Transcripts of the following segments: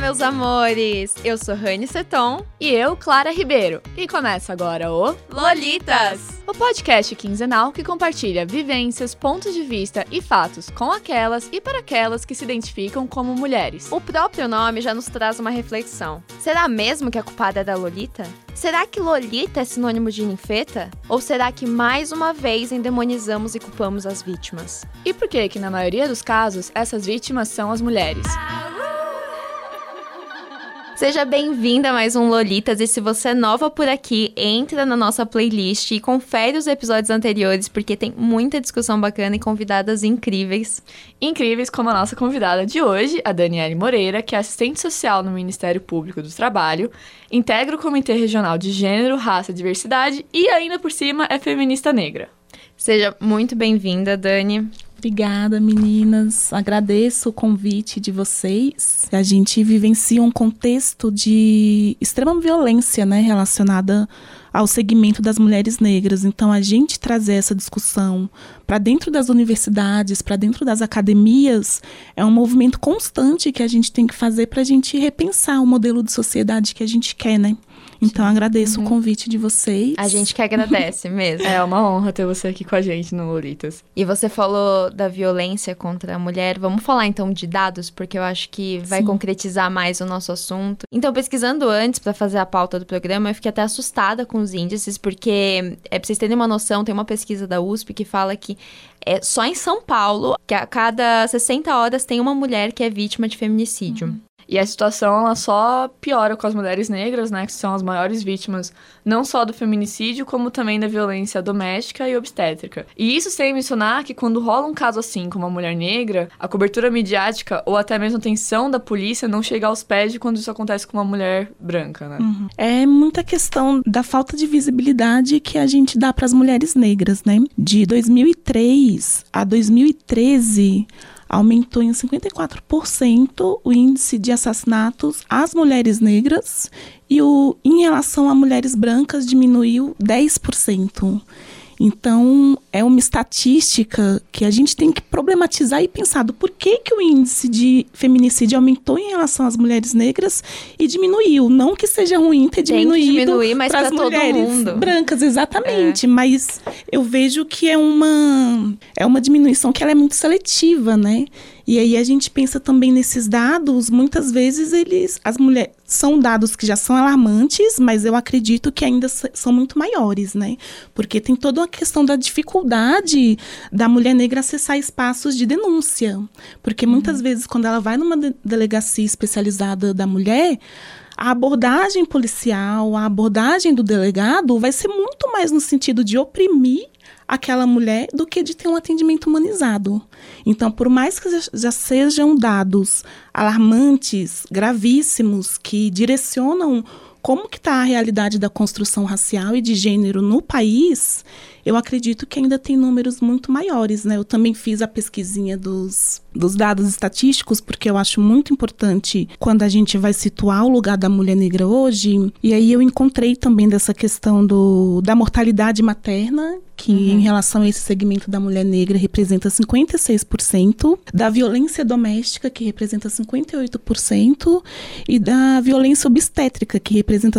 meus amores! Eu sou Rani Seton. E eu, Clara Ribeiro. E começa agora o Lolitas! O podcast quinzenal que compartilha vivências, pontos de vista e fatos com aquelas e para aquelas que se identificam como mulheres. O próprio nome já nos traz uma reflexão. Será mesmo que a culpada é da Lolita? Será que Lolita é sinônimo de ninfeta? Ou será que mais uma vez endemonizamos e culpamos as vítimas? E por que na maioria dos casos, essas vítimas são as mulheres? Seja bem-vinda a mais um Lolitas, e se você é nova por aqui, entra na nossa playlist e confere os episódios anteriores, porque tem muita discussão bacana e convidadas incríveis. Incríveis como a nossa convidada de hoje, a Daniele Moreira, que é assistente social no Ministério Público do Trabalho, integra o Comitê Regional de Gênero, Raça e Diversidade e ainda por cima é feminista negra. Seja muito bem-vinda, Dani. Obrigada, meninas. Agradeço o convite de vocês. A gente vivencia um contexto de extrema violência, né, relacionada ao segmento das mulheres negras. Então, a gente trazer essa discussão para dentro das universidades, para dentro das academias, é um movimento constante que a gente tem que fazer para a gente repensar o modelo de sociedade que a gente quer, né? Então, agradeço o convite de vocês. A gente que agradece mesmo. É uma honra ter você aqui com a gente no Lolitas. E você falou da violência contra a mulher. Vamos falar então de dados, porque eu acho que vai concretizar mais o nosso assunto. Então, pesquisando antes para fazer a pauta do programa, eu fiquei até assustada com os índices, porque, pra vocês terem uma noção, tem uma pesquisa da USP que fala que só em São Paulo, que a cada 60 horas tem uma mulher que é vítima de feminicídio. E a situação, ela só piora com as mulheres negras, né, que são as maiores vítimas, não só do feminicídio, como também da violência doméstica e obstétrica. E isso sem mencionar que quando rola um caso assim com uma mulher negra, a cobertura midiática ou até mesmo a atenção da polícia não chega aos pés de quando isso acontece com uma mulher branca, né? É muita questão da falta de visibilidade que a gente dá para as mulheres negras, né? De 2003 a 2013... aumentou em 54% o índice de assassinatos às mulheres negras e em relação a mulheres brancas diminuiu 10%. Então, é uma estatística que a gente tem que problematizar e pensar do porquê que o índice de feminicídio aumentou em relação às mulheres negras e diminuiu. Não que seja ruim ter diminuído para as mulheres brancas, exatamente. Mas eu vejo que é uma diminuição que ela é muito seletiva, né? E aí a gente pensa também nesses dados, muitas vezes as mulheres são dados que já são alarmantes, mas eu acredito que ainda são muito maiores, né? Porque tem toda uma questão da dificuldade da mulher negra acessar espaços de denúncia. Porque muitas vezes quando ela vai numa delegacia especializada da mulher, a abordagem policial, a abordagem do delegado vai ser muito mais no sentido de oprimir aquela mulher do que de ter um atendimento humanizado. Então, por mais que já sejam dados alarmantes, gravíssimos, que direcionam como que está a realidade da construção racial e de gênero no país, eu acredito que ainda tem números muito maiores, né? Eu também fiz a pesquisinha dos dados estatísticos, porque eu acho muito importante quando a gente vai situar o lugar da mulher negra hoje. E aí eu encontrei também dessa questão da mortalidade materna, que em relação a esse segmento da mulher negra representa 56%, da violência doméstica, que representa 58%, e da violência obstétrica, que representa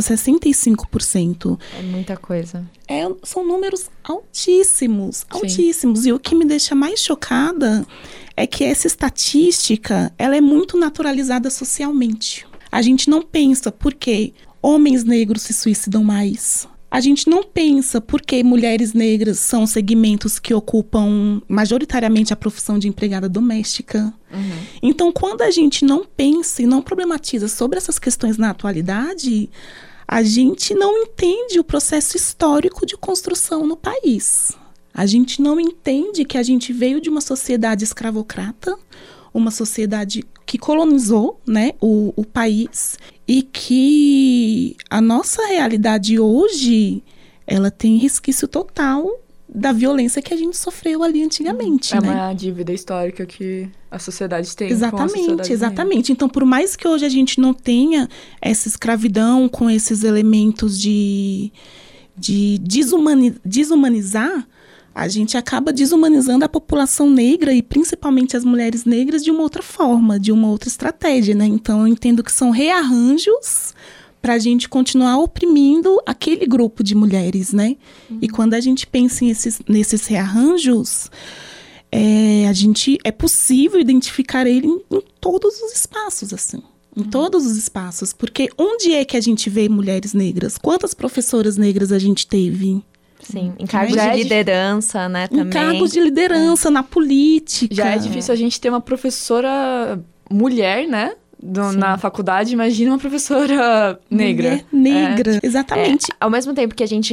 65%. É muita coisa. São números altíssimos. E o que me deixa mais chocada é que essa estatística, ela é muito naturalizada socialmente. A gente não pensa por que homens negros se suicidam mais. A gente não pensa por que mulheres negras são segmentos que ocupam majoritariamente a profissão de empregada doméstica. Então, quando a gente não pensa e não problematiza sobre essas questões na atualidade, a gente não entende o processo histórico de construção no país. A gente não entende que a gente veio de uma sociedade escravocrata, uma sociedade que colonizou, né, o país, e que a nossa realidade hoje, ela tem resquício total da violência que a gente sofreu ali antigamente, né? É uma dívida histórica que a sociedade tem. Exatamente. Então, por mais que hoje a gente não tenha essa escravidão com esses elementos de desumanizar, a gente acaba desumanizando a população negra e principalmente as mulheres negras de uma outra forma, de uma outra estratégia, né? Então, eu entendo que são rearranjos para a gente continuar oprimindo aquele grupo de mulheres, né? E quando a gente pensa nesses rearranjos, é possível identificar ele em todos os espaços, assim. Em todos os espaços. Porque onde é que a gente vê mulheres negras? Quantas professoras negras a gente teve? Sim, em cargos de liderança, né, também. Em cargos de liderança, na política. Já é difícil a gente ter uma professora mulher, né? Na faculdade, imagina uma professora negra. Negra, exatamente. Ao mesmo tempo que a gente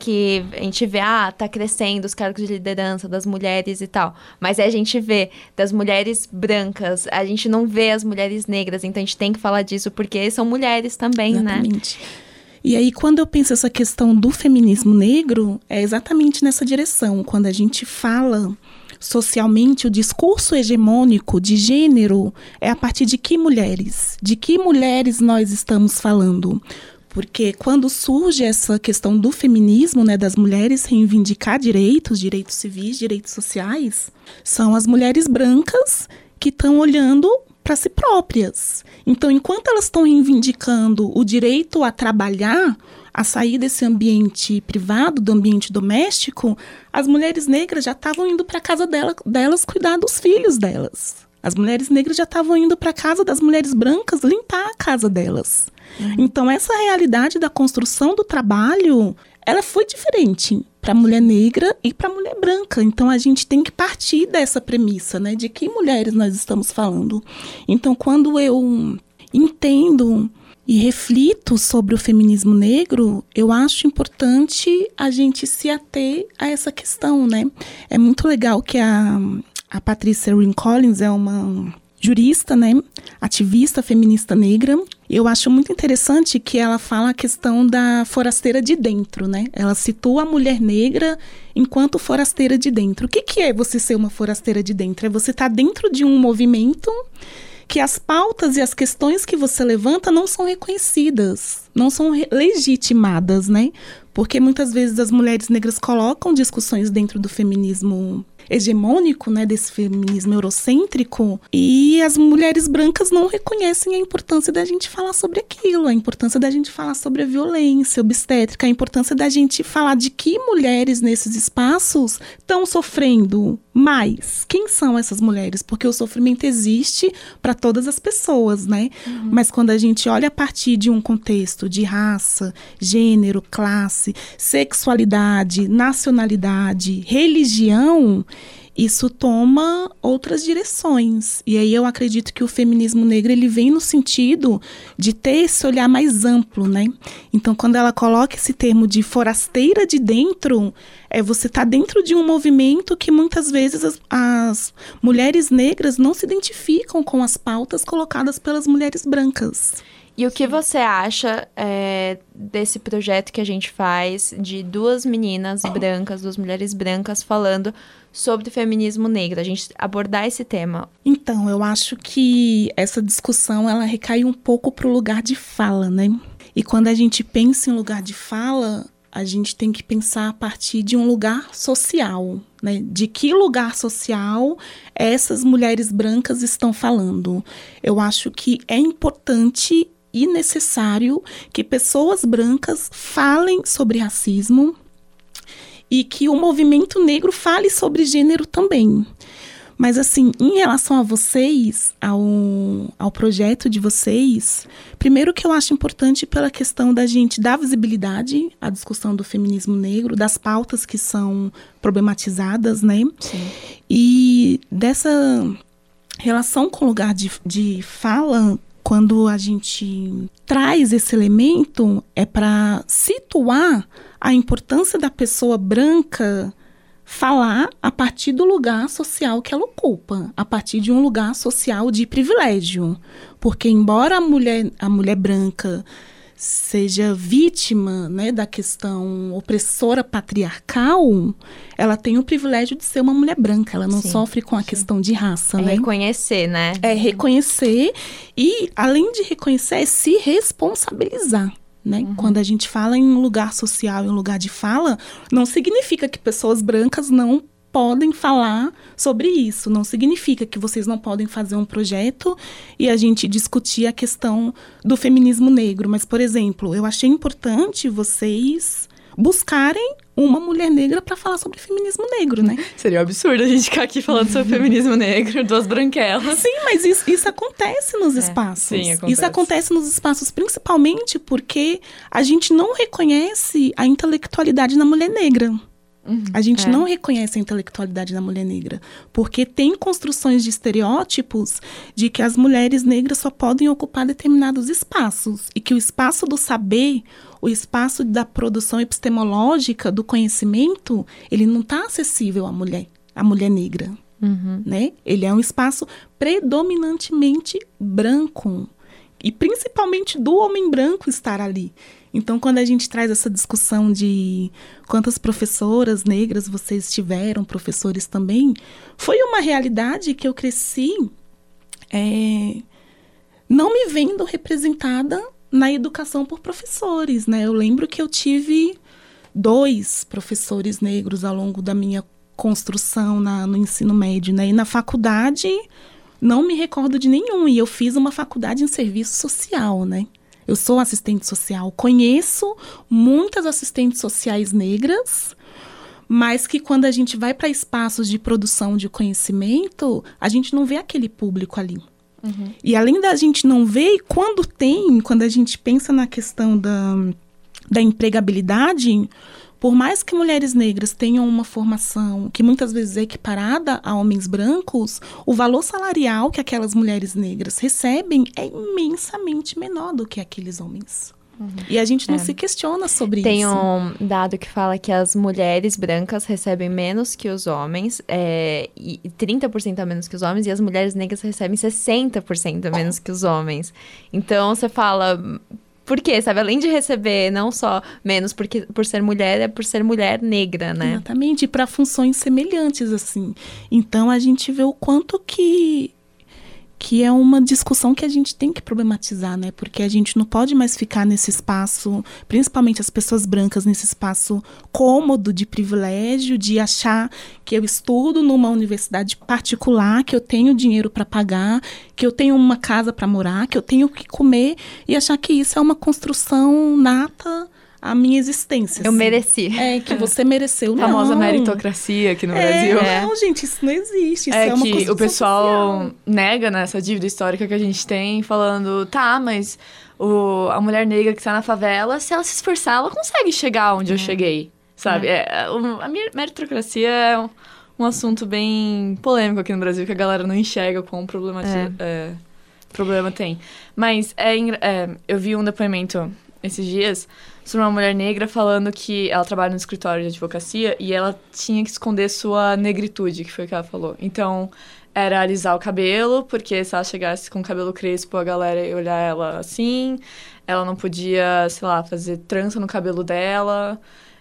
vê, tá crescendo os cargos de liderança das mulheres e tal. Mas a gente vê das mulheres brancas, a gente não vê as mulheres negras. Então a gente tem que falar disso porque são mulheres também, exatamente. Né? E aí, quando eu penso essa questão do feminismo negro, é exatamente nessa direção. Quando a gente fala socialmente, o discurso hegemônico de gênero é a partir de que mulheres? De que mulheres nós estamos falando? Porque quando surge essa questão do feminismo, né, das mulheres reivindicar direitos civis, direitos sociais, são as mulheres brancas que estão olhando para si próprias. Então, enquanto elas estão reivindicando o direito a trabalhar, a sair desse ambiente privado, do ambiente doméstico, as mulheres negras já estavam indo para a casa delas cuidar dos filhos delas. As mulheres negras já estavam indo para a casa das mulheres brancas limpar a casa delas. Então, essa realidade da construção do trabalho, ela foi diferente para a mulher negra e para a mulher branca. Então, a gente tem que partir dessa premissa, né? De que mulheres nós estamos falando. Então, quando eu entendo e reflito sobre o feminismo negro, eu acho importante a gente se ater a essa questão, né? É muito legal que a Patricia Wynne Collins é uma jurista, né? Ativista feminista negra. Eu acho muito interessante que ela fala a questão da forasteira de dentro, né? Ela situa a mulher negra enquanto forasteira de dentro. O que é você ser uma forasteira de dentro? É você estar dentro de um movimento que as pautas e as questões que você levanta não são reconhecidas, não são legitimadas, né? Porque muitas vezes as mulheres negras colocam discussões dentro do feminismo hegemônico, né, desse feminismo eurocêntrico, e as mulheres brancas não reconhecem a importância da gente falar sobre aquilo, a importância da gente falar sobre a violência obstétrica, a importância da gente falar de que mulheres nesses espaços estão sofrendo mais. Quem são essas mulheres? Porque o sofrimento existe para todas as pessoas, né? Mas quando a gente olha a partir de um contexto de raça, gênero, classe, sexualidade, nacionalidade, religião, isso toma outras direções. E aí eu acredito que o feminismo negro, ele vem no sentido de ter esse olhar mais amplo, né? Então, quando ela coloca esse termo de forasteira de dentro, você tá dentro de um movimento que muitas vezes as mulheres negras não se identificam com as pautas colocadas pelas mulheres brancas. E o que você acha desse projeto que a gente faz de duas meninas brancas, duas mulheres brancas falando sobre o feminismo negro, a gente abordar esse tema? Então, eu acho que essa discussão, ela recai um pouco para o lugar de fala, né? E quando a gente pensa em lugar de fala, a gente tem que pensar a partir de um lugar social, né? De que lugar social essas mulheres brancas estão falando? Eu acho que é importante e necessário que pessoas brancas falem sobre racismo e que o movimento negro fale sobre gênero também. Mas, assim, em relação a vocês, ao projeto de vocês, primeiro que eu acho importante pela questão da gente dar visibilidade à discussão do feminismo negro, das pautas que são problematizadas, né? Sim. E dessa relação com o lugar de fala, quando a gente traz esse elemento, é para situar a importância da pessoa branca falar a partir do lugar social que ela ocupa, a partir de um lugar social de privilégio. Porque embora a mulher branca seja vítima, né, da questão opressora patriarcal, ela tem o privilégio de ser uma mulher branca, ela não sofre com a questão de raça, né? Reconhecer, né? É reconhecer e, além de reconhecer, é se responsabilizar. né? Quando a gente fala em lugar social, em lugar de fala, não significa que pessoas brancas não podem falar sobre isso. Não significa que vocês não podem fazer um projeto e a gente discutir a questão do feminismo negro. Mas, por exemplo, eu achei importante vocês buscarem uma mulher negra para falar sobre feminismo negro, né? Seria um absurdo a gente ficar aqui falando sobre feminismo negro, duas branquelas. Sim, mas isso acontece nos espaços. Sim, acontece. Isso acontece nos espaços principalmente porque a gente não reconhece a intelectualidade na mulher negra. A gente não reconhece a intelectualidade da mulher negra, porque tem construções de estereótipos de que as mulheres negras só podem ocupar determinados espaços e que o espaço do saber, o espaço da produção epistemológica, do conhecimento, ele não está acessível à mulher negra, né? Ele é um espaço predominantemente branco e principalmente do homem branco estar ali. Então, quando a gente traz essa discussão de quantas professoras negras vocês tiveram, professores também, foi uma realidade que eu cresci não me vendo representada na educação por professores, né? Eu lembro que eu tive 2 professores negros ao longo da minha construção no ensino médio, né? E na faculdade, não me recordo de nenhum. E eu fiz uma faculdade em serviço social, né? Eu sou assistente social, conheço muitas assistentes sociais negras, mas que quando a gente vai para espaços de produção de conhecimento, a gente não vê aquele público ali. E além da gente não ver, quando a gente pensa na questão da empregabilidade, por mais que mulheres negras tenham uma formação que muitas vezes é equiparada a homens brancos, o valor salarial que aquelas mulheres negras recebem é imensamente menor do que aqueles homens. E a gente não se questiona sobre isso. Tem um dado que fala que as mulheres brancas recebem menos que os homens, e 30% a menos que os homens, e as mulheres negras recebem 60% a menos que os homens. Então, você fala... Por quê? Sabe? Além de receber não só menos por ser mulher, é por ser mulher negra, né? Exatamente, e para funções semelhantes, assim. Então, a gente vê o quanto que é uma discussão que a gente tem que problematizar, né? Porque a gente não pode mais ficar nesse espaço, principalmente as pessoas brancas, nesse espaço cômodo de privilégio, de achar que eu estudo numa universidade particular, que eu tenho dinheiro para pagar, que eu tenho uma casa para morar, que eu tenho o que comer, e achar que isso é uma construção nata à minha existência. Eu mereci. Que você mereceu. A famosa meritocracia aqui no Brasil. Não, gente, isso não existe. Isso é uma que construção o pessoal social. nega, né, essa dívida histórica que a gente tem, falando, mas a mulher negra que tá na favela, se ela se esforçar, ela consegue chegar onde eu cheguei, sabe? A meritocracia é um assunto bem polêmico aqui no Brasil, que a galera não enxerga quão problema tem. Mas eu vi um depoimento esses dias sobre uma mulher negra falando que ela trabalha no escritório de advocacia e ela tinha que esconder sua negritude, que foi o que ela falou. Então, era alisar o cabelo, porque se ela chegasse com o cabelo crespo, a galera ia olhar ela assim. Ela não podia, sei lá, fazer trança no cabelo dela.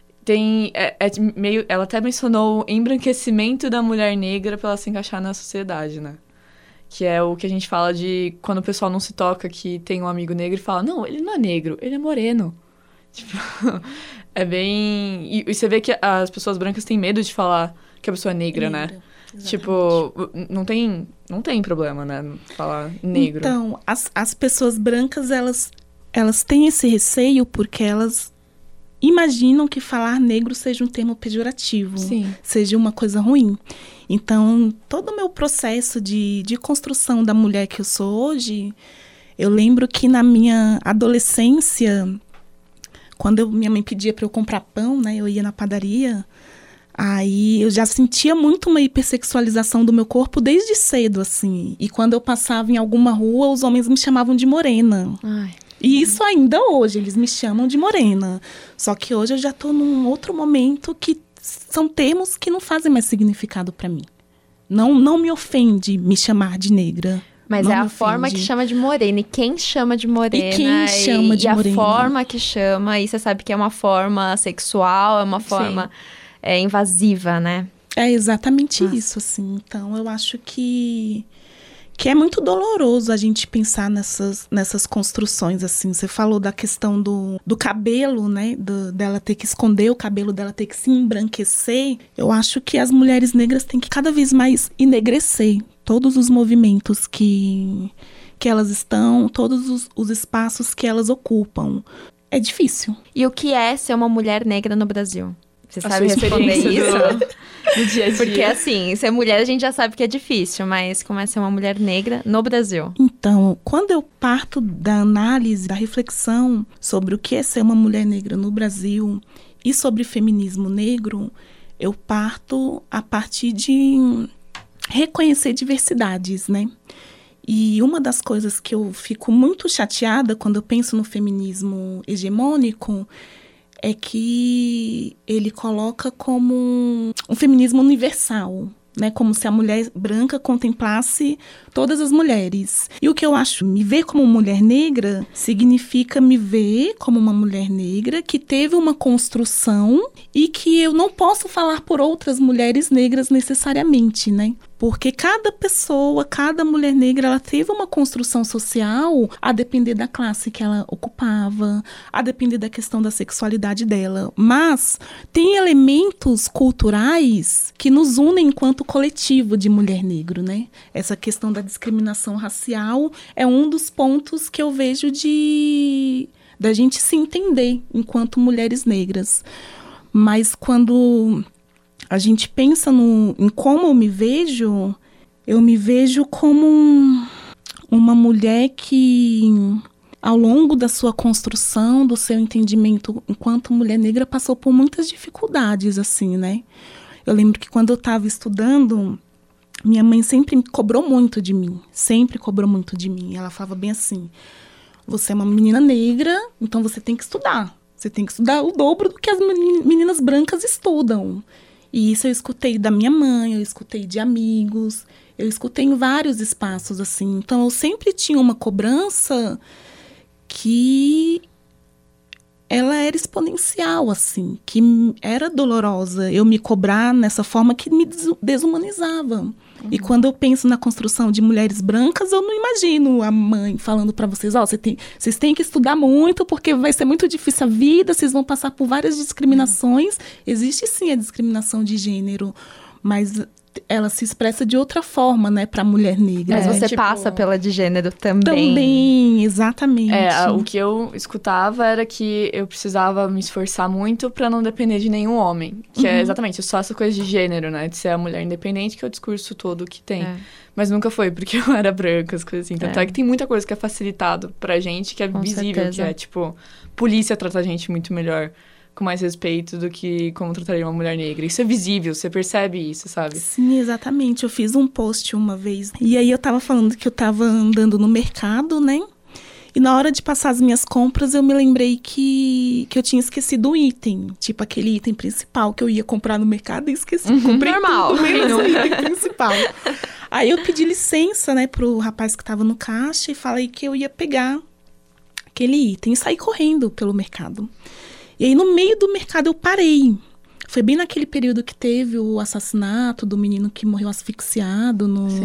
Ela até mencionou o embranquecimento da mulher negra para ela se encaixar na sociedade, né? Que é o que a gente fala de quando o pessoal não se toca, que tem um amigo negro e fala, não, ele não é negro, ele é moreno. Tipo, é bem... E você vê que as pessoas brancas têm medo de falar que a pessoa é negra, né? Exatamente. Tipo, não tem problema, né? Falar negro. Então, as pessoas brancas, elas têm esse receio porque elas imaginam que falar negro seja um termo pejorativo. Sim. Seja uma coisa ruim. Então, todo o meu processo de construção da mulher que eu sou hoje, eu lembro que na minha adolescência, quando minha mãe pedia para eu comprar pão, né, eu ia na padaria, aí eu já sentia muito uma hipersexualização do meu corpo desde cedo, assim. E quando eu passava em alguma rua, os homens me chamavam de morena. Ai. E isso ainda hoje, eles me chamam de morena. Só que hoje eu já estou num outro momento que são termos que não fazem mais significado para mim. Não me ofende me chamar de negra. Mas é a forma que chama de morena. E quem chama de morena. E quem chama de morena. E a forma que chama. E você sabe que é uma forma sexual, é uma forma invasiva, né? É exatamente isso, assim. Então, eu acho que que é muito doloroso a gente pensar nessas construções, assim. Você falou da questão do cabelo, né? Dela ter que esconder o cabelo, dela ter que se embranquecer. Eu acho que as mulheres negras têm que cada vez mais enegrecer todos os movimentos que elas estão, todos os espaços que elas ocupam. É difícil. E o que é ser uma mulher negra no Brasil? Você sabe responder isso? No dia a dia. Porque assim, ser mulher a gente já sabe que é difícil, mas como é ser uma mulher negra no Brasil? Então, quando eu parto da análise, da reflexão sobre o que é ser uma mulher negra no Brasil e sobre feminismo negro, eu parto a partir de reconhecer diversidades, né? E uma das coisas que eu fico muito chateada quando eu penso no feminismo hegemônico é que ele coloca como um feminismo universal, né? Como se a mulher branca contemplasse todas as mulheres. E o que eu acho, me ver como mulher negra, significa me ver como uma mulher negra que teve uma construção e que eu não posso falar por outras mulheres negras necessariamente, né? Porque cada pessoa, cada mulher negra, ela teve uma construção social a depender da classe que ela ocupava, a depender da questão da sexualidade dela. Mas tem elementos culturais que nos unem enquanto coletivo de mulher negra, né? Essa questão da discriminação racial é um dos pontos que eu vejo da gente se entender enquanto mulheres negras. Mas quando a gente pensa em como eu me vejo como uma mulher que, ao longo da sua construção, do seu entendimento enquanto mulher negra, passou por muitas dificuldades, assim, né? Eu lembro que quando eu estava estudando, minha mãe sempre me cobrou muito de mim, Ela falava bem assim, você é uma menina negra, então você tem que estudar. Você tem que estudar o dobro do que as meninas brancas estudam. E isso eu escutei da minha mãe, eu escutei de amigos, eu escutei em vários espaços, assim. Então, eu sempre tinha uma cobrança que ela era exponencial, assim, que era dolorosa eu me cobrar nessa forma que me desumanizava. E quando eu penso na construção de mulheres brancas, eu não imagino a mãe falando para vocês, vocês têm que estudar muito porque vai ser muito difícil a vida, vocês vão passar por várias discriminações. Existe sim a discriminação de gênero, mas ela se expressa de outra forma, né, para a mulher negra. Mas você passa pela de gênero também. Também, exatamente. O que eu escutava era que eu precisava me esforçar muito para não depender de nenhum homem. Que é exatamente só essa coisa de gênero, né? De ser a mulher independente, que é o discurso todo que tem. Mas nunca foi, porque eu era branca, as coisas assim. Tanto é que tem muita coisa que é facilitado pra gente, que é Com visível. certeza. Que é, tipo, polícia trata a gente muito melhor, com mais respeito do que como trataria uma mulher negra. Isso é visível, você percebe isso, sabe? Sim, exatamente. Eu fiz um post uma vez. E aí eu tava falando que eu tava andando no mercado, né? E na hora de passar as minhas compras, eu me lembrei que eu tinha esquecido o item. Tipo, aquele item principal que eu ia comprar no mercado e esqueci. Comprei normal. tudo menos o item principal. Aí eu pedi licença, né, pro rapaz que tava no caixa e falei que eu ia pegar aquele item e saí correndo pelo mercado. E aí, no meio do mercado, eu parei. Foi bem naquele período que teve o assassinato do menino que morreu asfixiado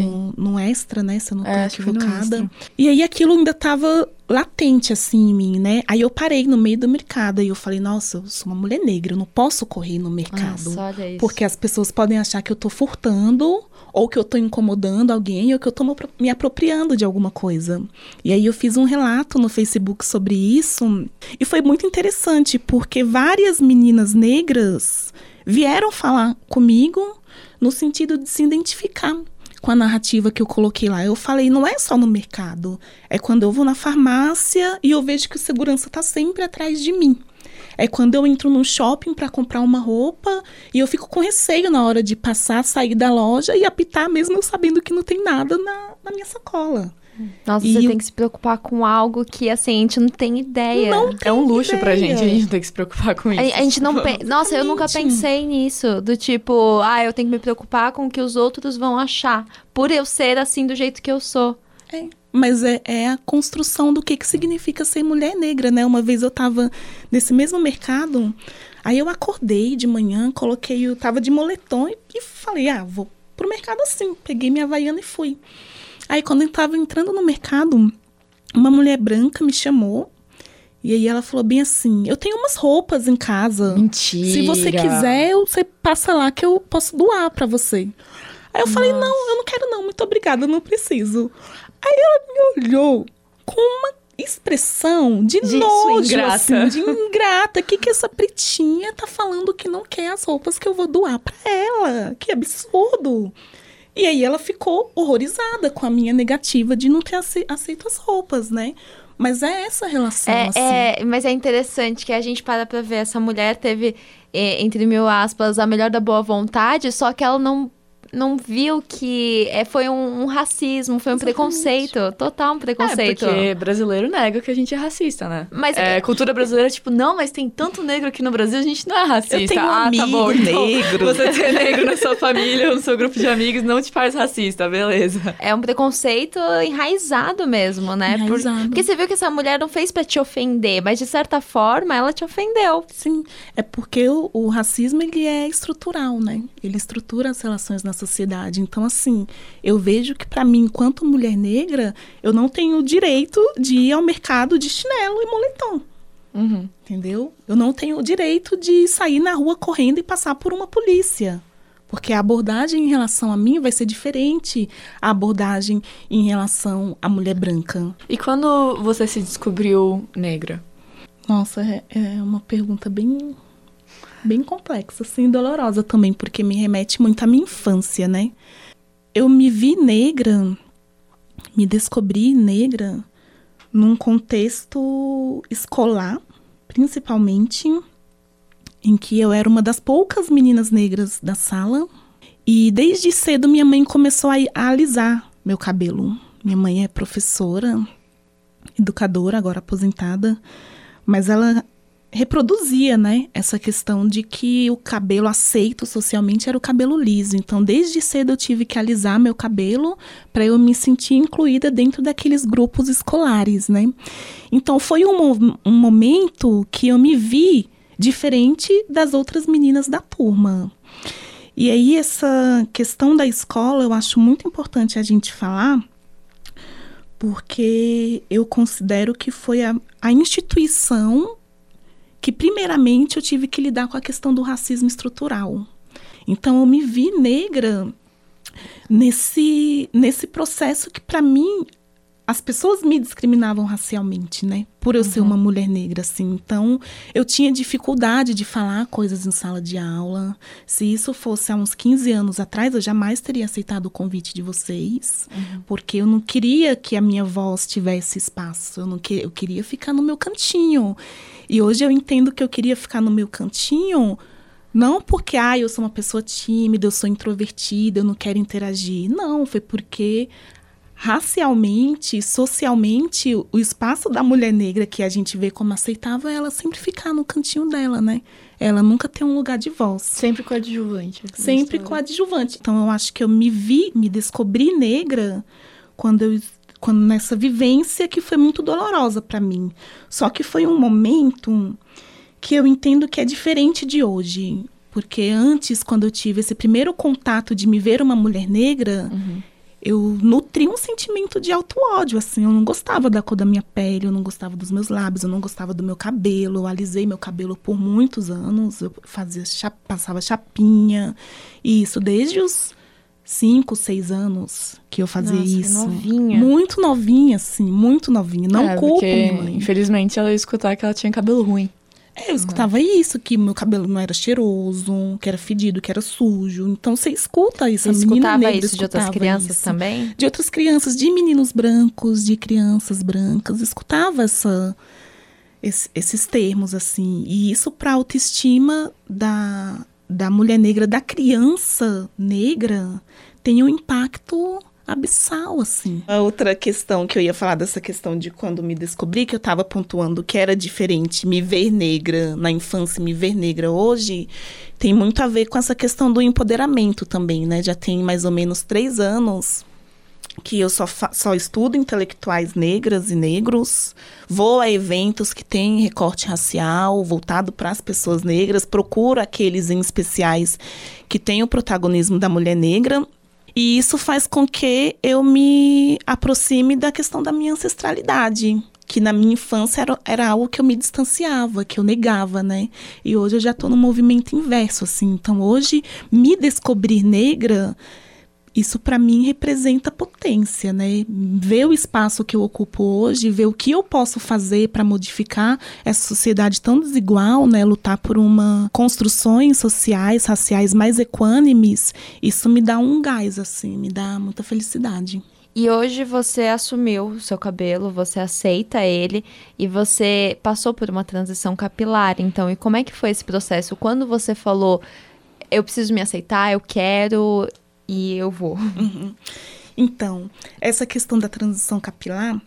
no Extra, né? Se eu não tô equivocada. E aí, aquilo ainda tava latente, assim, em mim, né? Aí, eu parei no meio do mercado e eu falei, nossa, eu sou uma mulher negra, eu não posso correr no mercado. Nossa, olha isso. Porque as pessoas podem achar que eu tô furtando, ou que eu tô incomodando alguém, ou que eu tô me apropriando de alguma coisa. E aí eu fiz um relato no Facebook sobre isso, e foi muito interessante, porque várias meninas negras vieram falar comigo no sentido de se identificar com a narrativa que eu coloquei lá. Eu falei, não é só no mercado, é quando eu vou na farmácia e eu vejo que o segurança tá sempre atrás de mim. É quando eu entro num shopping para comprar uma roupa e eu fico com receio na hora de passar, sair da loja e apitar mesmo eu sabendo que não tem nada na minha sacola. Nossa, você tem que se preocupar com algo que, assim, a gente não tem ideia. É um luxo pra gente, a gente não tem que se preocupar com isso. A gente não Nossa, eu nunca pensei nisso. Do tipo, eu tenho que me preocupar com o que os outros vão achar. Por eu ser assim do jeito que eu sou. Mas é a construção do que significa ser mulher negra, né? Uma vez eu tava nesse mesmo mercado, aí eu acordei de manhã, eu tava de moletom e falei, vou pro mercado assim. Peguei minha Havaiana e fui. Aí, quando eu estava entrando no mercado, uma mulher branca me chamou. E aí ela falou bem assim, eu tenho umas roupas em casa. Mentira! Se você quiser, você passa lá que eu posso doar pra você. Aí eu falei, não, eu não quero não, muito obrigada, eu não preciso. Aí ela me olhou com uma expressão de nojo, ingrata. assim, de ingrata. Que essa pretinha tá falando que não quer as roupas que eu vou doar pra ela? Que absurdo! E aí ela ficou horrorizada com a minha negativa de não ter aceito as roupas, né? Mas é essa relação, assim. Mas é interessante que a gente para pra ver. Essa mulher teve, entre mil aspas, a melhor da boa vontade, só que ela não viu que foi um racismo, foi um preconceito. Total um preconceito. Porque brasileiro nega que a gente é racista, né? Mas cultura brasileira, tipo, não, mas tem tanto negro aqui no Brasil, a gente não é racista. Eu tenho um tá amigo bom, então, negro. você ter negro na sua família ou no seu grupo de amigos não te faz racista, beleza. É um preconceito enraizado mesmo, né? Enraizado. Porque você viu que essa mulher não fez pra te ofender, mas de certa forma ela te ofendeu. Sim, é porque o racismo, ele é estrutural, né? Ele estrutura as relações na sociedade. Então, assim, eu vejo que pra mim, enquanto mulher negra, eu não tenho o direito de ir ao mercado de chinelo e moletom. Uhum. Entendeu? Eu não tenho o direito de sair na rua correndo e passar por uma polícia. Porque a abordagem em relação a mim vai ser diferente a abordagem em relação à mulher branca. E quando você se descobriu negra? Nossa, é uma pergunta bem complexa, assim, dolorosa também, porque me remete muito à minha infância, né? Eu me vi negra, me descobri negra num contexto escolar, principalmente, em que eu era uma das poucas meninas negras da sala. E desde cedo minha mãe começou a alisar meu cabelo. Minha mãe é professora, educadora, agora aposentada, mas ela reproduzia, né, essa questão de que o cabelo aceito socialmente era o cabelo liso. Então, desde cedo eu tive que alisar meu cabelo para eu me sentir incluída dentro daqueles grupos escolares, né? Então, foi um momento que eu me vi diferente das outras meninas da turma. E aí, essa questão da escola, eu acho muito importante a gente falar, porque eu considero que foi a instituição que, primeiramente, eu tive que lidar com a questão do racismo estrutural. Então, eu me vi negra nesse processo que, para mim, as pessoas me discriminavam racialmente, né? Por eu ser uma mulher negra, assim. Então, eu tinha dificuldade de falar coisas em sala de aula. Se isso fosse há uns 15 anos atrás, eu jamais teria aceitado o convite de vocês. Porque eu não queria que a minha voz tivesse espaço. Eu queria ficar no meu cantinho. E hoje eu entendo que eu queria ficar no meu cantinho, não porque, eu sou uma pessoa tímida, eu sou introvertida, eu não quero interagir. Não, foi porque racialmente, socialmente, o espaço da mulher negra que a gente vê como aceitável é ela sempre ficar no cantinho dela, né? Ela nunca tem um lugar de voz. Sempre coadjuvante. Sempre coadjuvante. Então, eu acho que eu me descobri negra quando nessa vivência que foi muito dolorosa para mim. Só que foi um momento que eu entendo que é diferente de hoje. Porque antes, quando eu tive esse primeiro contato de me ver uma mulher negra, eu nutri um sentimento de auto-ódio, assim. Eu não gostava da cor da minha pele, eu não gostava dos meus lábios, eu não gostava do meu cabelo. Eu alisei meu cabelo por muitos anos, eu passava chapinha. E isso desde os 5, 6 anos que eu fazia isso. Novinha. Muito novinha, assim, muito novinha. Não culpo minha mãe. Infelizmente, ela ia escutar que ela tinha cabelo ruim. Eu escutava isso, que meu cabelo não era cheiroso, que era fedido, que era sujo. Então, você escuta isso. Você escutava isso de outras crianças também? De outras crianças, de meninos brancos, de crianças brancas. Escutava esses termos, assim. E isso para a autoestima da mulher negra, da criança negra, tem um impacto abissal, assim. A outra questão que eu ia falar dessa questão de quando me descobri, que eu estava pontuando que era diferente me ver negra na infância e me ver negra hoje, tem muito a ver com essa questão do empoderamento também, né? Já tem mais ou menos 3 anos que eu só estudo intelectuais negras e negros, vou a eventos que têm recorte racial voltado para as pessoas negras, procuro aqueles em especiais que têm o protagonismo da mulher negra. E isso faz com que eu me aproxime da questão da minha ancestralidade, que na minha infância era algo que eu me distanciava, que eu negava, né? E hoje eu já estou no movimento inverso, assim. Então, hoje, me descobrir negra, isso para mim representa potência, né? Ver o espaço que eu ocupo hoje, ver o que eu posso fazer para modificar essa sociedade tão desigual, né? Lutar por construções sociais, raciais mais equânimes, isso me dá um gás, assim, me dá muita felicidade. E hoje você assumiu o seu cabelo, você aceita ele e você passou por uma transição capilar, então, e como é que foi esse processo? Quando você falou, eu preciso me aceitar, eu quero e eu vou? Então, essa questão da transição capilar,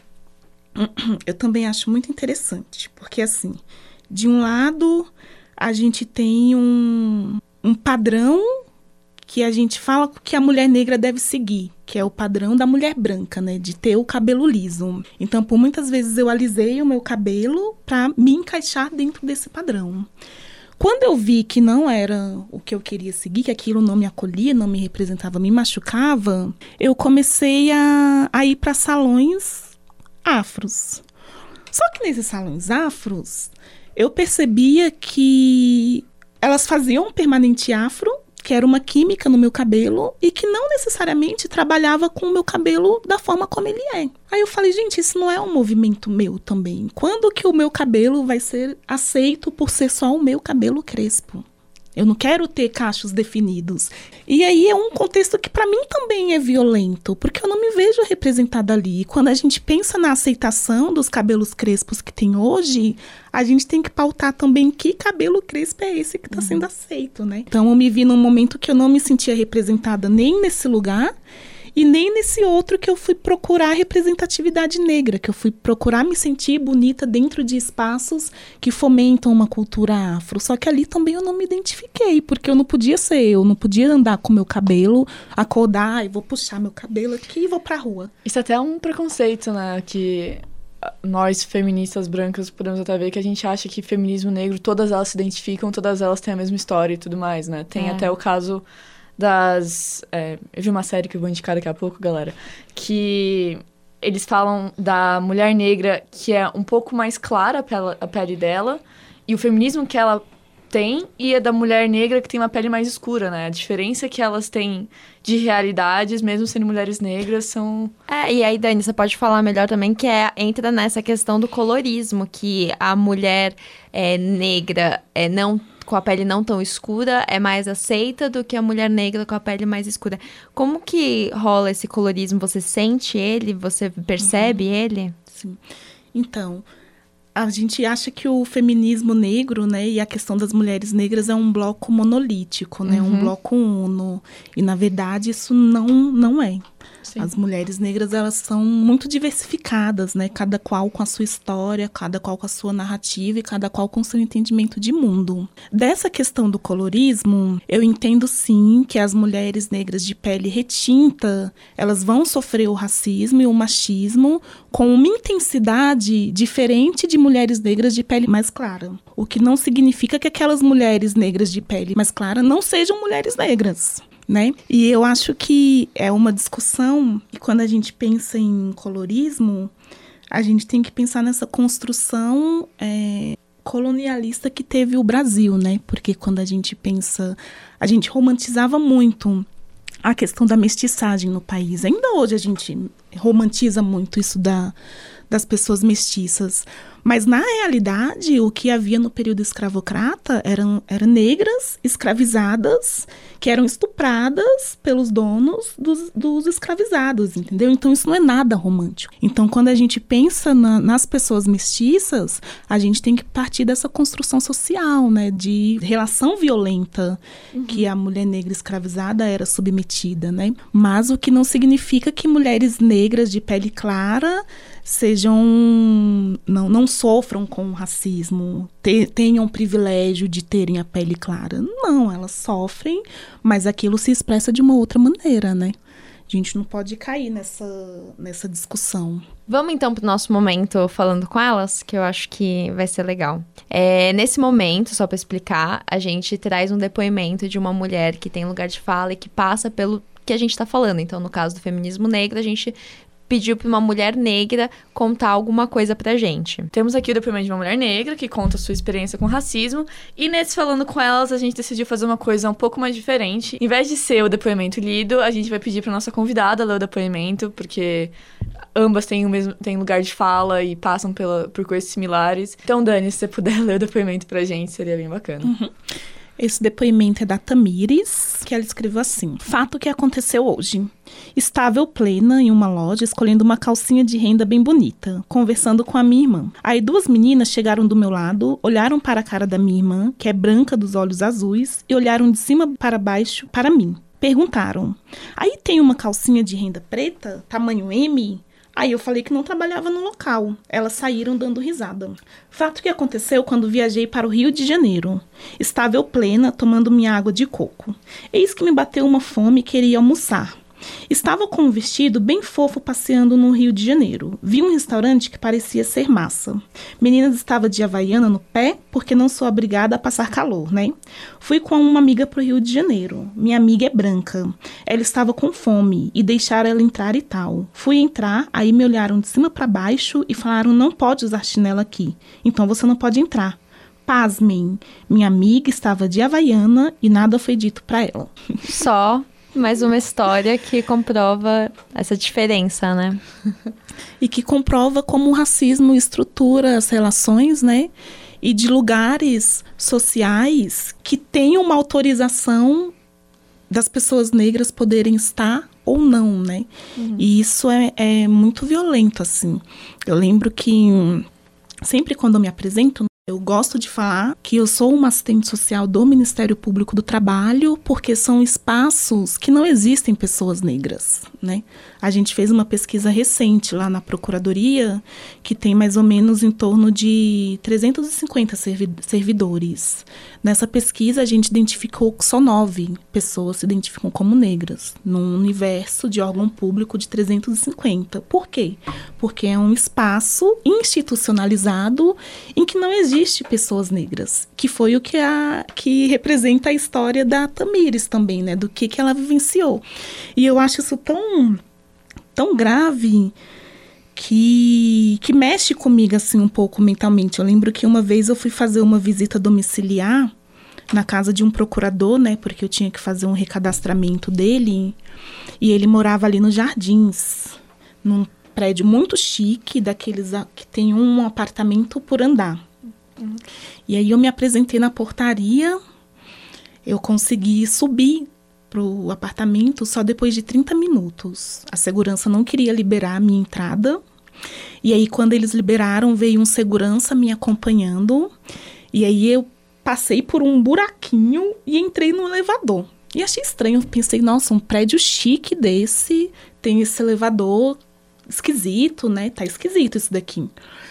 eu também acho muito interessante, porque assim, de um lado, a gente tem um padrão que a gente fala que a mulher negra deve seguir, que é o padrão da mulher branca, né, de ter o cabelo liso. Então, por muitas vezes eu alisei o meu cabelo para me encaixar dentro desse padrão. Quando eu vi que não era o que eu queria seguir, que aquilo não me acolhia, não me representava, me machucava, eu comecei a ir para salões afros. Só que nesses salões afros, eu percebia que elas faziam um permanente afro, que era uma química no meu cabelo e que não necessariamente trabalhava com o meu cabelo da forma como ele é. Aí eu falei, gente, isso não é um movimento meu também. Quando que o meu cabelo vai ser aceito por ser só o meu cabelo crespo? Eu não quero ter cachos definidos. E aí é um contexto que para mim também é violento, porque eu não me vejo representada ali. Quando a gente pensa na aceitação dos cabelos crespos que tem hoje, a gente tem que pautar também que cabelo crespo é esse que está sendo aceito, né? Então eu me vi num momento que eu não me sentia representada nem nesse lugar e nem nesse outro que eu fui procurar representatividade negra, que eu fui procurar me sentir bonita dentro de espaços que fomentam uma cultura afro. Só que ali também eu não me identifiquei, porque eu não podia ser eu, não podia andar com meu cabelo, acordar e vou puxar meu cabelo aqui e vou pra rua. Isso até é um preconceito, né, que nós feministas brancas podemos até ver, que a gente acha que feminismo negro, todas elas se identificam, todas elas têm a mesma história e tudo mais, né? Tem até o caso eu vi uma série que eu vou indicar daqui a pouco, galera, que eles falam da mulher negra que é um pouco mais clara a pele dela, e o feminismo que ela tem, e é da mulher negra que tem uma pele mais escura, né? A diferença que elas têm de realidades, mesmo sendo mulheres negras, são... E aí, Dani, você pode falar melhor também, que entra nessa questão do colorismo, que a mulher negra não... com a pele não tão escura, é mais aceita do que a mulher negra com a pele mais escura. Como que rola esse colorismo? Você sente ele? Você percebe ele? Sim. Então, a gente acha que o feminismo negro, né, e a questão das mulheres negras é um bloco monolítico, né, um bloco uno. E, na verdade, isso não é. Sim. As mulheres negras, elas são muito diversificadas, né? Cada qual com a sua história, cada qual com a sua narrativa e cada qual com o seu entendimento de mundo. Dessa questão do colorismo, eu entendo sim que as mulheres negras de pele retinta, elas vão sofrer o racismo e o machismo com uma intensidade diferente de mulheres negras de pele mais clara. O que não significa que aquelas mulheres negras de pele mais clara não sejam mulheres negras, né? E eu acho que é uma discussão, e quando a gente pensa em colorismo, a gente tem que pensar nessa construção colonialista que teve o Brasil, né? Porque quando a gente pensa, a gente romantizava muito a questão da mestiçagem no país. Ainda hoje a gente romantiza muito isso das pessoas mestiças. Mas, na realidade, o que havia no período escravocrata eram negras escravizadas que eram estupradas pelos donos dos escravizados, entendeu? Então, isso não é nada romântico. Então, quando a gente pensa nas pessoas mestiças, a gente tem que partir dessa construção social, né? De relação violenta que a mulher negra escravizada era submetida, né? Mas o que não significa que mulheres negras de pele clara não sofram com o racismo, tenham o privilégio de terem a pele clara. Não, elas sofrem, mas aquilo se expressa de uma outra maneira, né? A gente não pode cair nessa discussão. Vamos então pro nosso momento falando com elas, que eu acho que vai ser legal. Nesse momento, só para explicar, a gente traz um depoimento de uma mulher que tem lugar de fala e que passa pelo que a gente tá falando. Então, no caso do feminismo negro, a gente pediu para uma mulher negra contar alguma coisa pra gente. Temos aqui o depoimento de uma mulher negra que conta a sua experiência com racismo, e nesse Falando com Elas, a gente decidiu fazer uma coisa um pouco mais diferente. Em vez de ser o depoimento lido, a gente vai pedir pra nossa convidada ler o depoimento, porque ambas têm lugar de fala e passam por coisas similares. Então, Dani, se você puder ler o depoimento pra gente, seria bem bacana. Uhum. Esse depoimento é da Tamires, que ela escreveu assim: fato que aconteceu hoje. Estava eu plena em uma loja, escolhendo uma calcinha de renda bem bonita, conversando com a minha irmã. Aí 2 meninas chegaram do meu lado, olharam para a cara da minha irmã, que é branca dos olhos azuis, e olharam de cima para baixo para mim. Perguntaram: aí tem uma calcinha de renda preta, tamanho M? Aí eu falei que não trabalhava no local. Elas saíram dando risada. Fato que aconteceu quando viajei para o Rio de Janeiro. Estava eu plena, tomando minha água de coco. Eis que me bateu uma fome e queria almoçar. Estava com um vestido bem fofo passeando no Rio de Janeiro. Vi um restaurante que parecia ser massa. Meninas estava de havaiana no pé, porque não sou obrigada a passar calor, né? Fui com uma amiga pro Rio de Janeiro. Minha amiga é branca. Ela estava com fome e deixaram ela entrar e tal. Fui entrar, aí me olharam de cima para baixo e falaram: não pode usar chinelo aqui, então você não pode entrar. Pasmem, minha amiga estava de havaiana e nada foi dito para ela. Só mais uma história que comprova essa diferença, né? E que comprova como o racismo estrutura as relações, né? E de lugares sociais que têm uma autorização das pessoas negras poderem estar ou não, né? Uhum. E isso é muito violento, assim. Eu lembro que sempre quando eu me apresento, eu gosto de falar que eu sou uma assistente social do Ministério Público do Trabalho, porque são espaços que não existem pessoas negras, né? A gente fez uma pesquisa recente lá na Procuradoria, que tem mais ou menos em torno de 350 servidores. Nessa pesquisa, a gente identificou que só 9 pessoas se identificam como negras, num universo de órgão público de 350. Por quê? Porque é um espaço institucionalizado em que não existe pessoas negras, que foi o que representa a história da Tamires também, né? Do que ela vivenciou. E eu acho isso tão grave que mexe comigo assim um pouco mentalmente. Eu lembro que uma vez eu fui fazer uma visita domiciliar na casa de um procurador, né, porque eu tinha que fazer um recadastramento dele, e ele morava ali nos Jardins, num prédio muito chique, daqueles que tem um apartamento por andar. Uhum. E aí eu me apresentei na portaria, eu consegui subir pro apartamento só depois de 30 minutos. A segurança não queria liberar a minha entrada. E aí, quando eles liberaram, veio um segurança me acompanhando. E aí, eu passei por um buraquinho e entrei no elevador. E achei estranho. Pensei, nossa, um prédio chique desse, tem esse elevador esquisito, né? Tá esquisito isso daqui.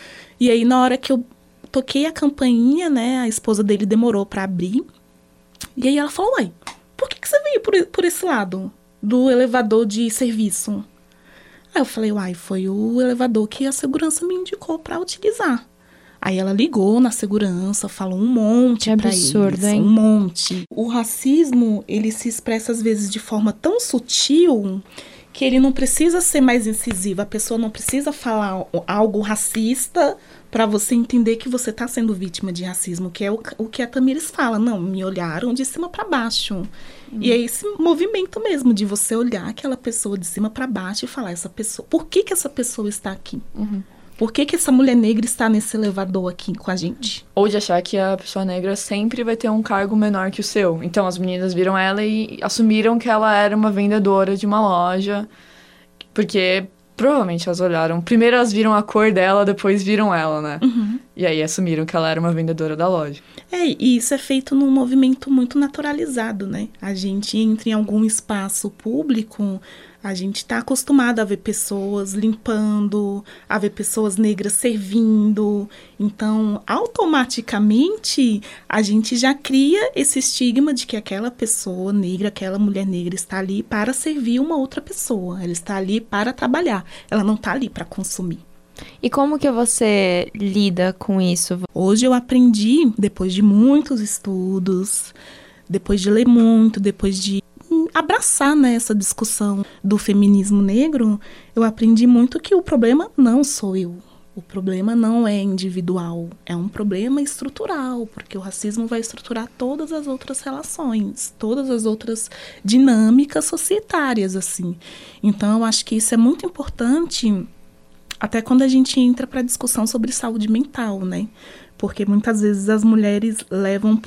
E aí, na hora que eu toquei a campainha, né? A esposa dele demorou pra abrir. E aí, ela falou, uai, por que você veio por esse lado do elevador de serviço? Aí eu falei, uai, foi o elevador que a segurança me indicou para utilizar. Aí ela ligou na segurança, falou um monte para eles. Hein? Um monte. O racismo, ele se expressa às vezes de forma tão sutil que ele não precisa ser mais incisivo. A pessoa não precisa falar algo racista para você entender que você está sendo vítima de racismo, que é o que a Tamires fala. Não, me olharam de cima para baixo. E é esse movimento mesmo de você olhar aquela pessoa de cima para baixo e falar, essa pessoa, por que essa pessoa está aqui? Uhum. Por que essa mulher negra está nesse elevador aqui com a gente? Ou de achar que a pessoa negra sempre vai ter um cargo menor que o seu. Então, as meninas viram ela e assumiram que ela era uma vendedora de uma loja. Porque, provavelmente, elas olharam. Primeiro, elas viram a cor dela, depois viram ela, né? Uhum. E aí, assumiram que ela era uma vendedora da loja. E isso é feito num movimento muito naturalizado, né? A gente entra em algum espaço público... A gente está acostumado a ver pessoas limpando, a ver pessoas negras servindo. Então, automaticamente, a gente já cria esse estigma de que aquela pessoa negra, aquela mulher negra está ali para servir uma outra pessoa. Ela está ali para trabalhar. Ela não está ali para consumir. E como que você lida com isso? Hoje eu aprendi, depois de muitos estudos, depois de ler muito, depois de abraçar, né, essa discussão do feminismo negro, eu aprendi muito que o problema não sou eu. O problema não é individual, é um problema estrutural, porque o racismo vai estruturar todas as outras relações, todas as outras dinâmicas societárias, assim. Então, eu acho que isso é muito importante, até quando a gente entra para a discussão sobre saúde mental, né? Porque muitas vezes as mulheres levam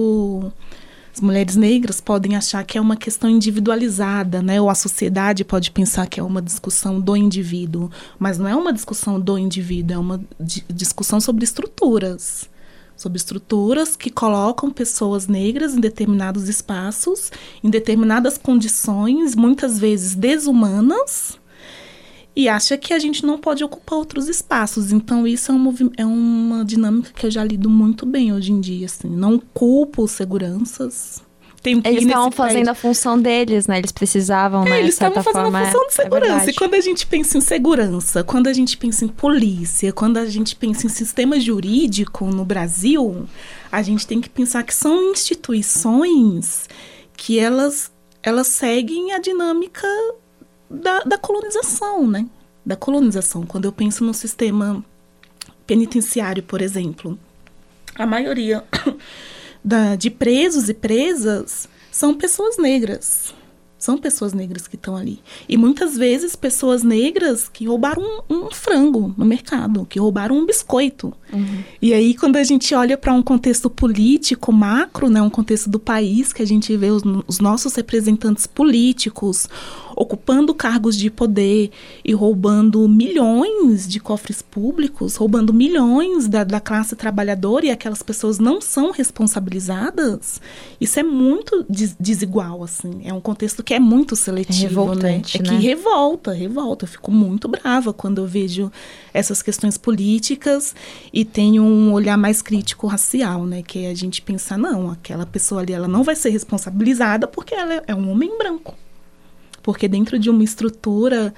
as mulheres negras podem achar que é uma questão individualizada, né? Ou a sociedade pode pensar que é uma discussão do indivíduo. Mas não é uma discussão do indivíduo, é uma discussão sobre estruturas. Sobre estruturas que colocam pessoas negras em determinados espaços, em determinadas condições, muitas vezes desumanas, e acha que a gente não pode ocupar outros espaços. Então, isso é uma dinâmica que eu já lido muito bem hoje em dia, assim. Não culpo seguranças. Eles estavam fazendo a função deles, né? Eles precisavam, né? Eles estavam fazendo a função de segurança. E quando a gente pensa em segurança, quando a gente pensa em polícia, quando a gente pensa em sistema jurídico no Brasil, a gente tem que pensar que são instituições que elas seguem a dinâmica da colonização, né? Da colonização. Quando eu penso no sistema penitenciário, por exemplo, a maioria de presos e presas são pessoas negras. São pessoas negras que estão ali. E muitas vezes pessoas negras que roubaram um frango no mercado, que roubaram um biscoito. Uhum. E aí, quando a gente olha para um contexto político macro, né, um contexto do país, que a gente vê os nossos representantes políticos ocupando cargos de poder e roubando milhões de cofres públicos, roubando milhões da classe trabalhadora, e aquelas pessoas não são responsabilizadas, isso é muito desigual, assim. É um contexto que é muito seletivo, revoltante, né? É que revolta. Eu fico muito brava quando eu vejo essas questões políticas e tenho um olhar mais crítico racial, né? Que é a gente pensar, não, aquela pessoa ali, ela não vai ser responsabilizada porque ela é um homem branco. Porque dentro de uma estrutura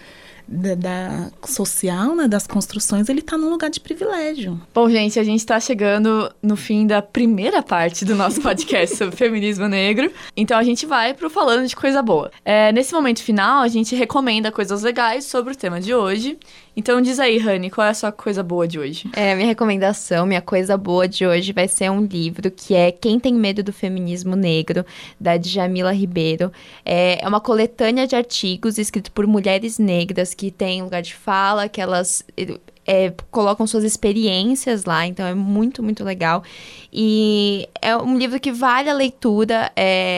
social, né, das construções, ele está num lugar de privilégio. Bom, gente, a gente está chegando no fim da primeira parte do nosso podcast sobre feminismo negro. Então, a gente vai pro Falando de Coisa Boa. Nesse momento final, a gente recomenda coisas legais sobre o tema de hoje. Então, diz aí, Rani, qual é a sua coisa boa de hoje? Minha recomendação, minha coisa boa de hoje vai ser um livro que é Quem Tem Medo do Feminismo Negro, da Djamila Ribeiro. É uma coletânea de artigos escritos por mulheres negras que têm lugar de fala, que elas colocam suas experiências lá, então é muito, muito legal. E é um livro que vale a leitura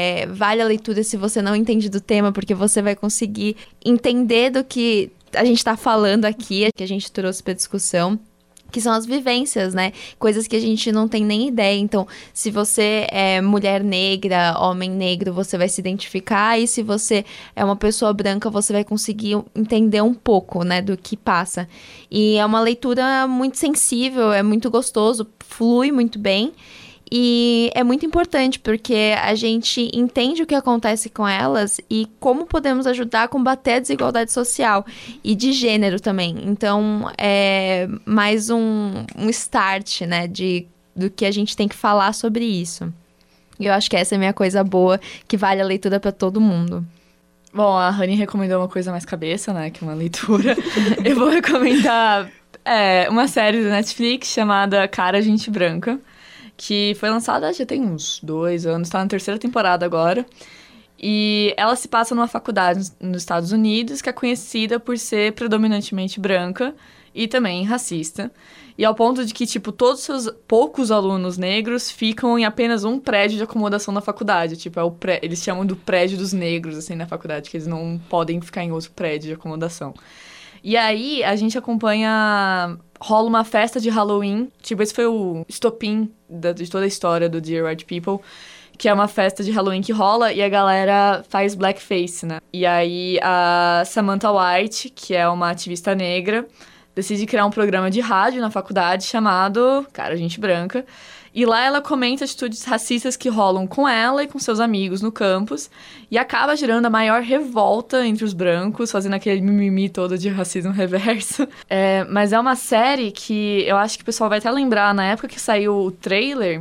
se você não entende do tema, porque você vai conseguir entender do que a gente tá falando aqui, que a gente trouxe pra discussão, que são as vivências, né? Coisas que a gente não tem nem ideia. Então, se você é mulher negra, homem negro, você vai se identificar. E se você é uma pessoa branca, você vai conseguir entender um pouco, né, do que passa. E é uma leitura muito sensível, é muito gostoso, flui muito bem. E é muito importante, porque a gente entende o que acontece com elas e como podemos ajudar a combater a desigualdade social e de gênero também. Então, é mais um start, né, do que a gente tem que falar sobre isso. E eu acho que essa é a minha coisa boa, que vale a leitura para todo mundo. Bom, a Rani recomendou uma coisa mais cabeça, né, que é uma leitura. Eu vou recomendar uma série do Netflix chamada Cara, Gente Branca, que foi lançada já tem uns 2 anos, tá na 3ª temporada agora. E ela se passa numa faculdade nos Estados Unidos, que é conhecida por ser predominantemente branca e também racista. E ao ponto de que, tipo, todos os seus poucos alunos negros ficam em apenas um prédio de acomodação na faculdade. Tipo, eles chamam do prédio dos negros, assim, na faculdade, que eles não podem ficar em outro prédio de acomodação. E aí, a gente acompanha... Rola uma festa de Halloween. Tipo, esse foi o estopim de toda a história do Dear White People. Que é uma festa de Halloween que rola e a galera faz blackface, né? E aí, a Samantha White, que é uma ativista negra, decide criar um programa de rádio na faculdade chamado Cara, Gente Branca. E lá ela comenta atitudes racistas que rolam com ela e com seus amigos no campus. E acaba gerando a maior revolta entre os brancos, fazendo aquele mimimi todo de racismo reverso. Mas é uma série que eu acho que o pessoal vai até lembrar, na época que saiu o trailer,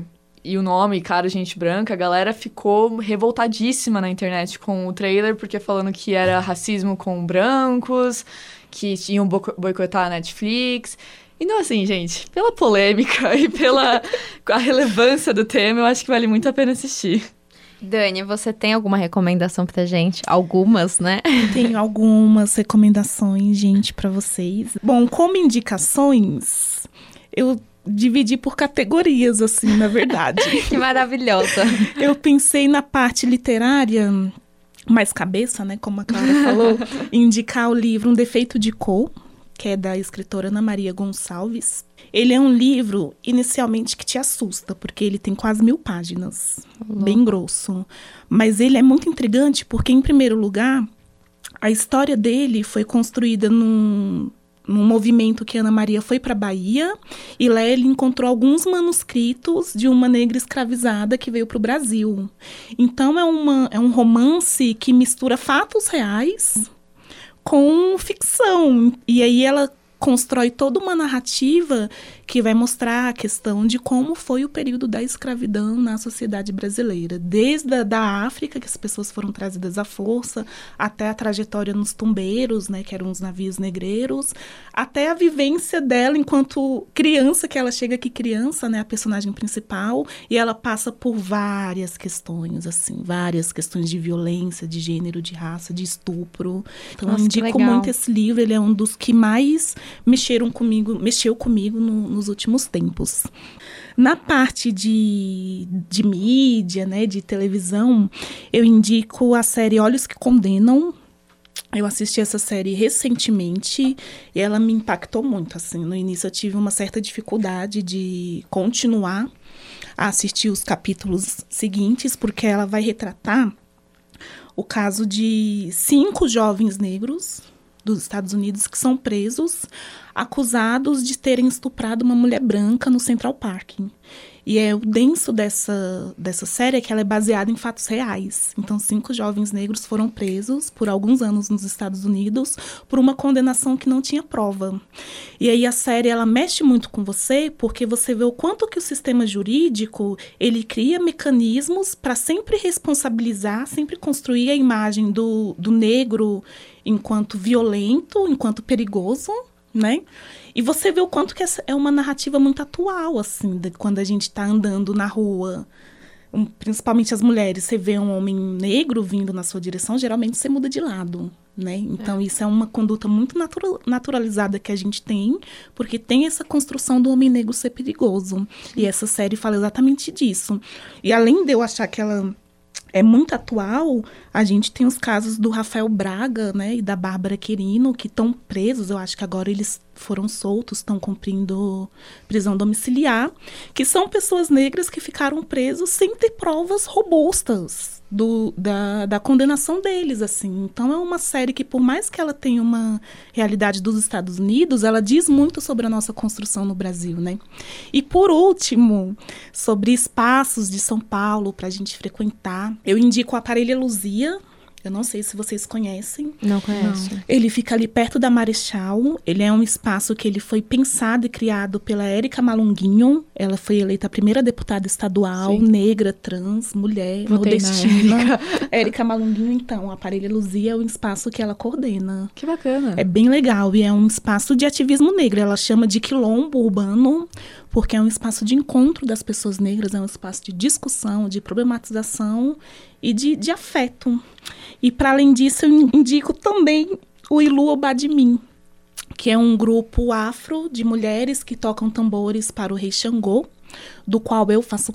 e o nome, Cara Gente Branca, a galera ficou revoltadíssima na internet com o trailer, porque falando que era racismo com brancos, que iam boicotar a Netflix. Então, assim, gente, pela polêmica e pela a relevância do tema, eu acho que vale muito a pena assistir. Dani, você tem alguma recomendação pra gente? Algumas, né? Tenho algumas recomendações, gente, pra vocês. Bom, como indicações, eu dividi por categorias, assim, na verdade. Que maravilhosa. Eu pensei na parte literária, mais cabeça, né, como a Clara falou, indicar o livro Um Defeito de Cor, que é da escritora Ana Maria Gonçalves. Ele é um livro, inicialmente, que te assusta, porque ele tem quase 1000 páginas, bem grosso. Mas ele é muito intrigante, porque, em primeiro lugar, a história dele foi construída num movimento que Ana Maria foi para a Bahia, e lá ele encontrou alguns manuscritos de uma negra escravizada que veio para o Brasil. Então, é um romance que mistura fatos reais com ficção. E aí ela constrói toda uma narrativa que vai mostrar a questão de como foi o período da escravidão na sociedade brasileira. Desde da África, que as pessoas foram trazidas à força, até a trajetória nos tumbeiros, né, que eram os navios negreiros, até a vivência dela enquanto criança, que ela chega aqui criança, né, a personagem principal, e ela passa por várias questões, assim, várias questões de violência, de gênero, de raça, de estupro. Então, eu indico muito esse livro, ele é um dos que mais mexeu comigo nos últimos tempos. Na parte de mídia, né, de televisão, eu indico a série Olhos que Condenam. Eu assisti essa série recentemente e ela me impactou muito, assim. No início eu tive uma certa dificuldade de continuar a assistir os capítulos seguintes, porque ela vai retratar o caso de 5 jovens negros dos Estados Unidos que são presos, acusados de terem estuprado uma mulher branca no Central Park. E o denso dessa série é que ela é baseada em fatos reais. Então, 5 jovens negros foram presos por alguns anos nos Estados Unidos por uma condenação que não tinha prova. E aí a série, ela mexe muito com você, porque você vê o quanto que o sistema jurídico, ele cria mecanismos para sempre responsabilizar, sempre construir a imagem do negro enquanto violento, enquanto perigoso, né? E você vê o quanto que essa é uma narrativa muito atual, assim, quando a gente está andando na rua, principalmente as mulheres, você vê um homem negro vindo na sua direção, geralmente você muda de lado, né? Então, isso é uma conduta muito naturalizada que a gente tem, porque tem essa construção do homem negro ser perigoso. E essa série fala exatamente disso. E além de eu achar que ela é muito atual, a gente tem os casos do Rafael Braga, né, e da Bárbara Querino, que estão presos. Eu acho que agora eles foram soltos, estão cumprindo prisão domiciliar, que são pessoas negras que ficaram presos sem ter provas robustas da condenação deles, assim. Então, é uma série que, por mais que ela tenha uma realidade dos Estados Unidos, ela diz muito sobre a nossa construção no Brasil, né? E, por último, sobre espaços de São Paulo para a gente frequentar, eu indico o Aparelho Luzia. Eu não sei se vocês conhecem. Não conheço. Não. Ele fica ali perto da Marechal. Ele é um espaço que ele foi pensado e criado pela Érica Malunguinho. Ela foi eleita a primeira deputada estadual, sim, negra, trans, mulher, votei nordestina. Érica Malunguinho, então, o Aparelho Luzia é o espaço que ela coordena. Que bacana. É bem legal e é um espaço de ativismo negro. Ela chama de quilombo urbano, porque é um espaço de encontro das pessoas negras, é um espaço de discussão, de problematização e de afeto. E, para além disso, eu indico também o Ilu Obadimim, que é um grupo afro de mulheres que tocam tambores para o Rei Xangô, do qual eu faço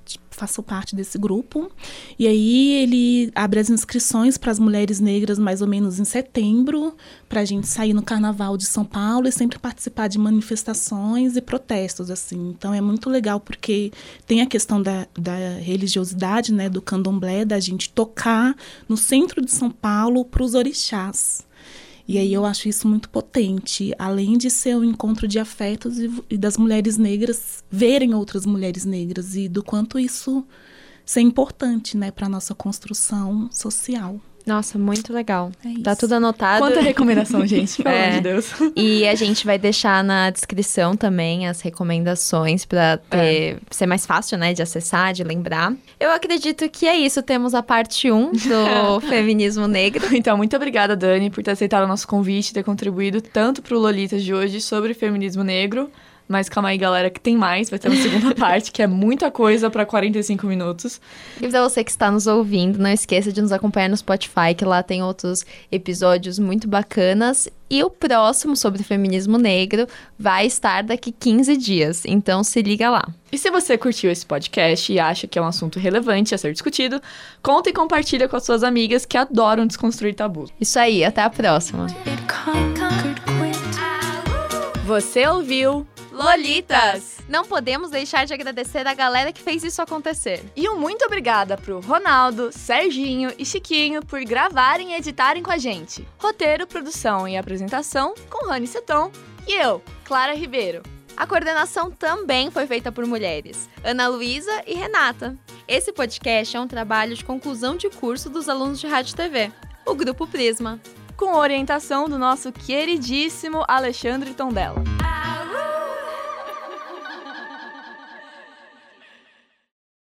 parte desse grupo. E aí ele abre as inscrições para as mulheres negras mais ou menos em setembro, para a gente sair no Carnaval de São Paulo e sempre participar de manifestações e protestos, assim. Então é muito legal porque tem a questão da religiosidade, né, do candomblé, da gente tocar no centro de São Paulo para os orixás. E aí eu acho isso muito potente, além de ser um encontro de afetos e das mulheres negras verem outras mulheres negras e do quanto isso é importante, né, para a nossa construção social. Nossa, muito legal. É Tá isso. tudo anotado. Quanta recomendação, gente, pelo amor de Deus. E a gente vai deixar na descrição também as recomendações pra ser mais fácil, né, de acessar, de lembrar. Eu acredito que é isso. Temos a parte 1 do feminismo negro. Então, muito obrigada, Dani, por ter aceitado o nosso convite e ter contribuído tanto pro Lolitas de hoje sobre feminismo negro. Mas calma aí, galera, que tem mais. Vai ter uma segunda parte, que é muita coisa pra 45 minutos. E pra você que está nos ouvindo, não esqueça de nos acompanhar no Spotify, que lá tem outros episódios muito bacanas. E o próximo sobre o feminismo negro vai estar daqui 15 dias. Então se liga lá. E se você curtiu esse podcast e acha que é um assunto relevante a ser discutido, conta e compartilha com as suas amigas que adoram desconstruir tabus. Isso aí, até a próxima. Você ouviu Lolitas! Não podemos deixar de agradecer a galera que fez isso acontecer. E um muito obrigada pro Ronaldo, Serginho e Chiquinho por gravarem e editarem com a gente. Roteiro, produção e apresentação com Rani Seton e eu, Clara Ribeiro. A coordenação também foi feita por mulheres, Ana Luísa e Renata. Esse podcast é um trabalho de conclusão de curso dos alunos de Rádio e TV, o Grupo Prisma. Com orientação do nosso queridíssimo Alexandre Tondela.